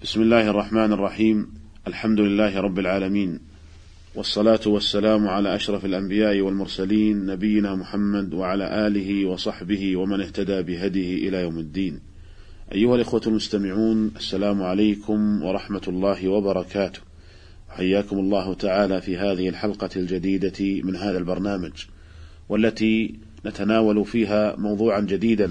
بسم الله الرحمن الرحيم. الحمد لله رب العالمين، والصلاة والسلام على أشرف الأنبياء والمرسلين نبينا محمد وعلى آله وصحبه ومن اهتدى بهديه إلى يوم الدين. أيها الإخوة المستمعون، السلام عليكم ورحمة الله وبركاته. حياكم الله تعالى في هذه الحلقة الجديدة من هذا البرنامج، والتي نتناول فيها موضوعا جديدا،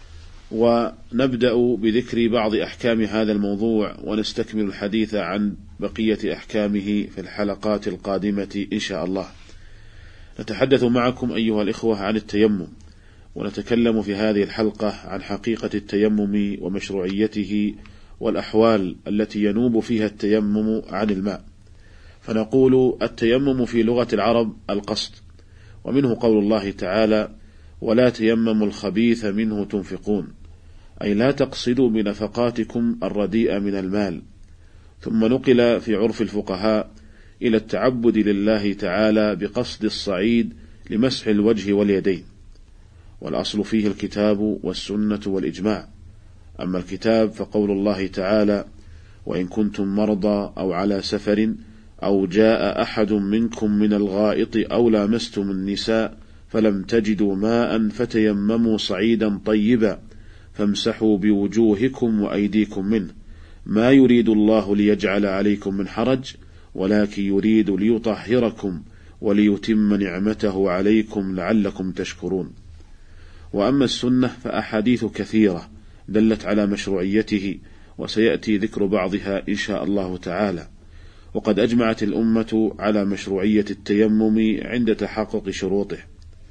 ونبدأ بذكر بعض أحكام هذا الموضوع، ونستكمل الحديث عن بقية أحكامه في الحلقات القادمة إن شاء الله. نتحدث معكم أيها الإخوة عن التيمم، ونتكلم في هذه الحلقة عن حقيقة التيمم ومشروعيته والأحوال التي ينوب فيها التيمم عن الماء. فنقول التيمم في لغة العرب القصد، ومنه قول الله تعالى: ولا تيمموا الخبيث منه تنفقون، أي لا تقصدوا بنفقاتكم الرديئة من المال. ثم نقل في عرف الفقهاء إلى التعبد لله تعالى بقصد الصعيد لمسح الوجه واليدين، والأصل فيه الكتاب والسنة والإجماع. أما الكتاب فقول الله تعالى: وإن كنتم مرضى أو على سفر أو جاء أحد منكم من الغائط أو لامستم النساء فلم تجدوا ماء فتيمموا صعيدا طيبا فامسحوا بوجوهكم وأيديكم منه، ما يريد الله ليجعل عليكم من حرج ولكن يريد ليطهركم وليتم نعمته عليكم لعلكم تشكرون. وأما السنة فأحاديث كثيرة دلت على مشروعيته، وسيأتي ذكر بعضها إن شاء الله تعالى. وقد أجمعت الأمة على مشروعية التيمم عند تحقق شروطه.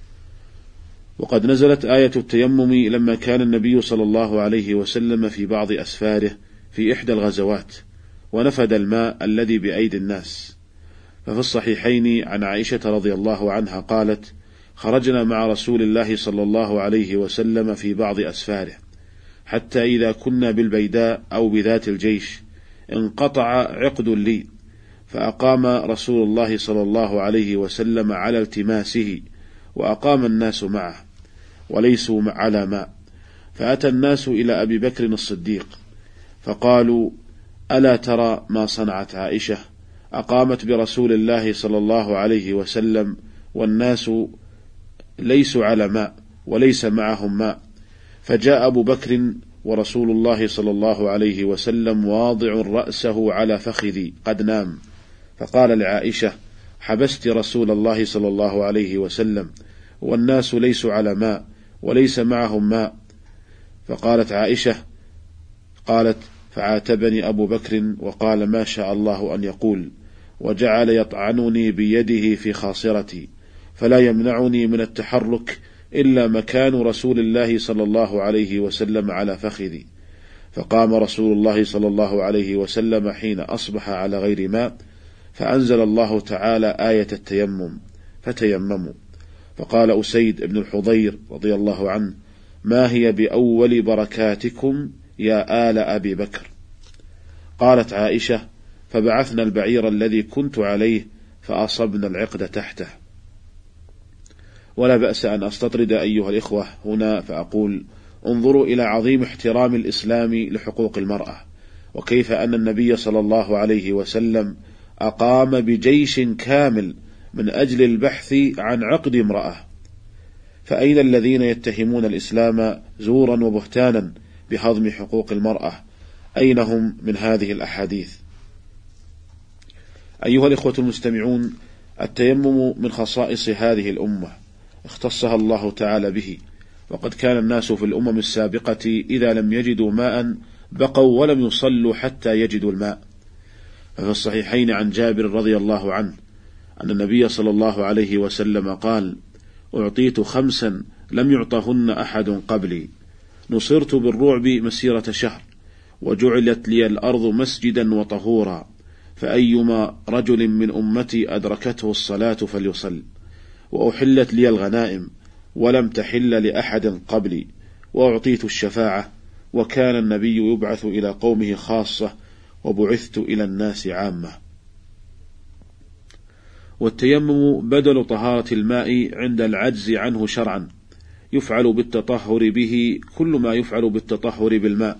وقد نزلت آية التيمم لما كان النبي صلى الله عليه وسلم في بعض أسفاره في إحدى الغزوات، ونفد الماء الذي بأيدي الناس. ففي الصحيحين عن عائشة رضي الله عنها قالت: خرجنا مع رسول الله صلى الله عليه وسلم في بعض أسفاره، حتى إذا كنا بالبيداء أو بذات الجيش انقطع عقد لي، فأقام رسول الله صلى الله عليه وسلم على التماسه، وأقام الناس معه وليسوا على ماء. فأتى الناس إلى أبي بكر الصديق فقالوا: ألا ترى ما صنعت عائشة؟ أقامت برسول الله صلى الله عليه وسلم والناس ليسوا على ماء وليس معهم ماء. فجاء أبو بكر ورسول الله صلى الله عليه وسلم واضع رأسه على فخذي قد نام، فقال لعائشة: حبست رسول الله صلى الله عليه وسلم والناس ليسوا على ماء وليس معهم ماء. فقالت عائشة: قالت: فعاتبني أبو بكر وقال: ما شاء الله أن يقول، وجعل يطعنني بيده في خاصرتي، فلا يمنعني من التحرك إلا مكان رسول الله صلى الله عليه وسلم على فخذي. فقام رسول الله صلى الله عليه وسلم حين أصبح على غير ماء، فأنزل الله تعالى آية التيمم: فتيمموا. فقال أسيد بن الحضير رضي الله عنه: ما هي بأول بركاتكم يا آل أبي بكر؟ قالت عائشة: فبعثنا البعير الذي كنت عليه فأصبنا العقد تحته. ولا بأس أن أستطرد أيها الإخوة هنا فأقول: انظروا إلى عظيم احترام الإسلام لحقوق المرأة، وكيف أن النبي صلى الله عليه وسلم أقام بجيش كامل من أجل البحث عن عقد امرأة. فأين الذين يتهمون الإسلام زورا وبهتانا بهضم حقوق المرأة؟ أين هم من هذه الأحاديث؟ أيها الإخوة المستمعون، التيمم من خصائص هذه الأمة، اختصها الله تعالى به. وقد كان الناس في الأمم السابقة إذا لم يجدوا ماء بقوا ولم يصلوا حتى يجدوا الماء. ففي الصحيحين عن جابر رضي الله عنه أن النبي صلى الله عليه وسلم قال: أعطيت 5 لم يعطهن أحد قبلي، نصرت بالرعب مسيرة شهر، وجعلت لي الأرض مسجدا وطهورا، فأيما رجل من أمتي أدركته الصلاة فليصل، وأحلت لي الغنائم ولم تحل لأحد قبلي، وأعطيت الشفاعة، وكان النبي يبعث إلى قومه خاصة وبعثت إلى الناس عامة. والتيمم بدل طهارة الماء عند العجز عنه شرعا، يفعل بالتطهر به كل ما يفعل بالتطهر بالماء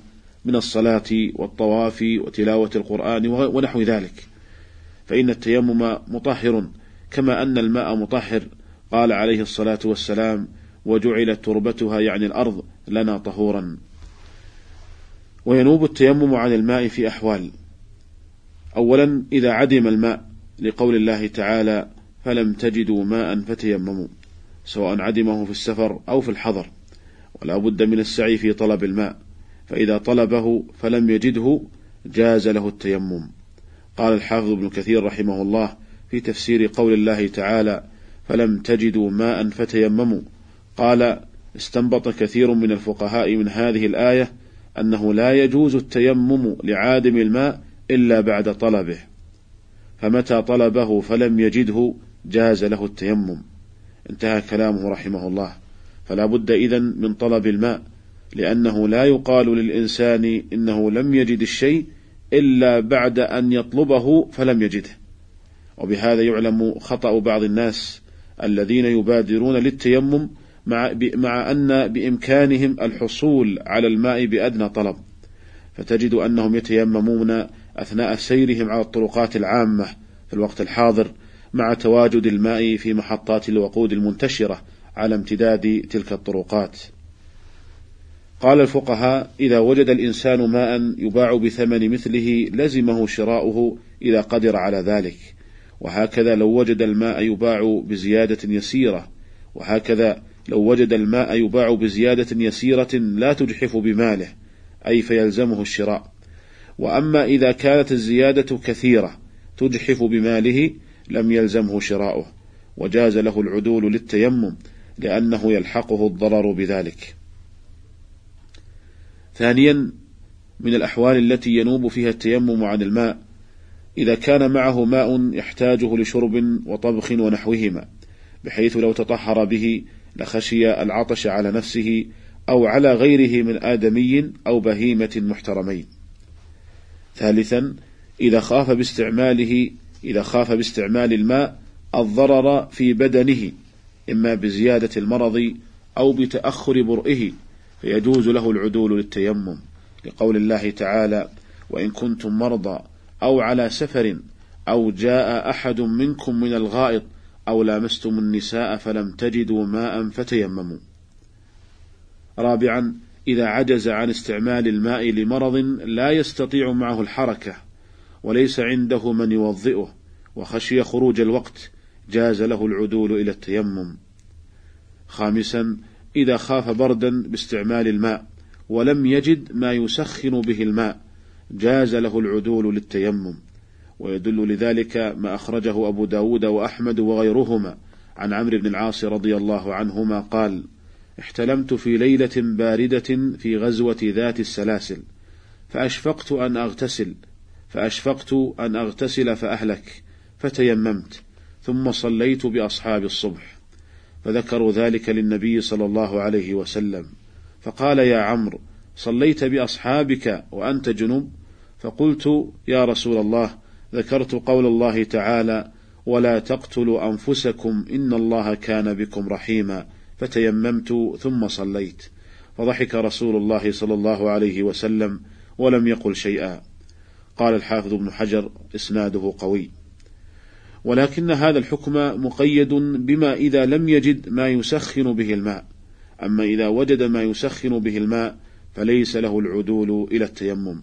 من الصلاة والطواف وتلاوة القرآن ونحو ذلك، فإن التيمم مطهر كما أن الماء مطهر. قال عليه الصلاة والسلام: وجعلت تربتها يعني الأرض لنا طهورا. وينوب التيمم عن الماء في أحوال: أولا إذا عدم الماء، لقول الله تعالى: فلم تجدوا ماء فتيمموا، سواء عدمه في السفر أو في الحضر، ولا بد من السعي في طلب الماء، فإذا طلبه فلم يجده جاز له التيمم. قال الحافظ ابن كثير رحمه الله في تفسير قول الله تعالى: فلم تجدوا ماء فتيمموا، قال: استنبط كثير من الفقهاء من هذه الآية أنه لا يجوز التيمم لعادم الماء إلا بعد طلبه، فمتى طلبه فلم يجده جاز له التيمم. انتهى كلامه رحمه الله. فلا بد إذن من طلب الماء، لأنه لا يقال للإنسان إنه لم يجد الشيء إلا بعد أن يطلبه فلم يجده. وبهذا يعلم خطأ بعض الناس الذين يبادرون للتيمم مع أن بإمكانهم الحصول على الماء بأدنى طلب، فتجد أنهم يتيممون أثناء سيرهم على الطرقات العامة في الوقت الحاضر، مع تواجد الماء في محطات الوقود المنتشرة على امتداد تلك الطرقات. قال الفقهاء: إذا وجد الإنسان ماء يباع بثمن مثله لزمه شراؤه إذا قدر على ذلك، وهكذا لو وجد الماء يباع بزيادة يسيرة، وهكذا لو وجد الماء يباع بزيادة يسيرة لا تجحف بماله، أي فيلزمه الشراء. وأما إذا كانت الزيادة كثيرة تجحف بماله لم يلزمه شراؤه، وجاز له العدول للتيمم لأنه يلحقه الضرر بذلك. ثانيا، من الأحوال التي ينوب فيها التيمم عن الماء إذا كان معه ماء يحتاجه لشرب وطبخ ونحوهما، بحيث لو تطهر به لخشي العطش على نفسه أو على غيره من آدمي أو بهيمة محترمين. ثالثا، إذا خاف باستعمال الماء الضرر في بدنه، إما بزيادة المرض أو بتأخر برئه، فيجوز له العدول للتيمم، لقول الله تعالى: وإن كنتم مرضى أو على سفر أو جاء أحد منكم من الغائط أو لامستم النساء فلم تجدوا ماء فتيمموا. رابعا، إذا عجز عن استعمال الماء لمرض لا يستطيع معه الحركة وليس عنده من يوضئه وخشي خروج الوقت جاز له العدول إلى التيمم. خامسا، إذا خاف بردا باستعمال الماء ولم يجد ما يسخن به الماء جاز له العدول للتيمم، ويدل لذلك ما أخرجه أبو داود وأحمد وغيرهما عن عمرو بن العاص رضي الله عنهما قال: احتلمت في ليلة باردة في غزوة ذات السلاسل، فأشفقت أن أغتسل فأهلك، فتيممت، ثم صليت بأصحاب الصبح، فذكروا ذلك للنبي صلى الله عليه وسلم، فقال: يا عمرو، صليت بأصحابك وأنت جنب؟ فقلت: يا رسول الله، ذكرت قول الله تعالى: ولا تقتلوا أنفسكم إن الله كان بكم رحيما، فتيممت ثم صليت. فضحك رسول الله صلى الله عليه وسلم ولم يقل شيئا. قال الحافظ ابن حجر: إسناده قوي. ولكن هذا الحكم مقيد بما إذا لم يجد ما يسخن به الماء، أما إذا وجد ما يسخن به الماء فليس له العدول إلى التيمم.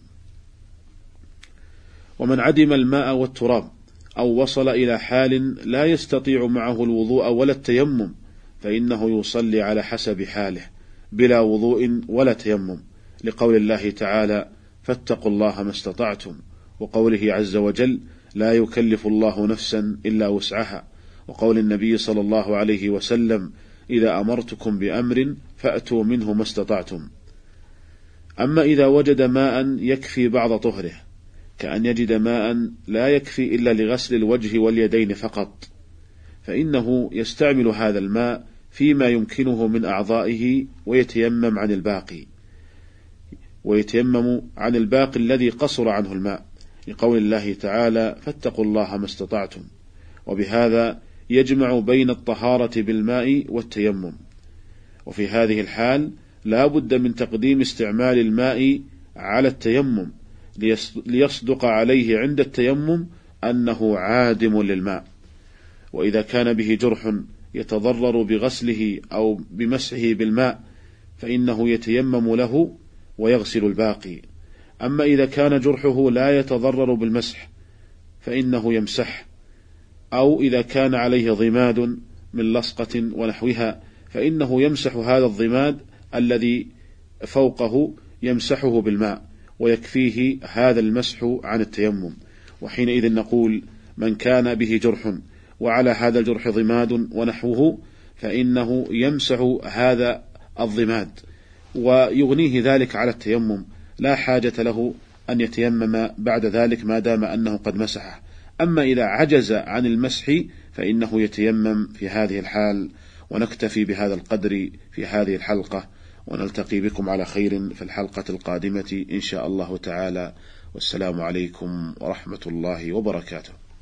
ومن عدم الماء والتراب أو وصل إلى حال لا يستطيع معه الوضوء ولا التيمم فإنه يصلي على حسب حاله بلا وضوء ولا تيمم، لقول الله تعالى: فاتقوا الله ما استطعتم، وقوله عز وجل: لا يكلف الله نفسا إلا وسعها، وقول النبي صلى الله عليه وسلم: إذا أمرتكم بأمر فأتوا منه ما استطعتم. أما إذا وجد ماء يكفي بعض طهره، كأن يجد ماء لا يكفي إلا لغسل الوجه واليدين فقط، فإنه يستعمل هذا الماء فيما يمكنه من أعضائه ويتيمم عن الباقي الذي قصر عنه الماء، لقول الله تعالى: فاتقوا الله ما استطعتم. وبهذا يجمع بين الطهارة بالماء والتيمم. وفي هذه الحال لا بد من تقديم استعمال الماء على التيمم ليصدق عليه عند التيمم أنه عادم للماء. وإذا كان به جرح يتضرر بغسله أو بمسحه بالماء فإنه يتيمم له ويغسل الباقي. أما إذا كان جرحه لا يتضرر بالمسح فإنه يمسح، أو إذا كان عليه ضماد من لصقة ونحوها فإنه يمسح هذا الضماد الذي فوقه، يمسحه بالماء ويكفيه هذا المسح عن التيمم. وحينئذ نقول من كان به جرح وعلى هذا الجرح ضماد ونحوه فإنه يمسح هذا الضماد ويغنيه ذلك على التيمم، لا حاجة له أن يتيمم بعد ذلك ما دام أنه قد مسحه. أما إذا عجز عن المسح فإنه يتيمم في هذه الحال. ونكتفي بهذا القدر في هذه الحلقة، ونلتقي بكم على خير في الحلقة القادمة إن شاء الله تعالى. والسلام عليكم ورحمة الله وبركاته.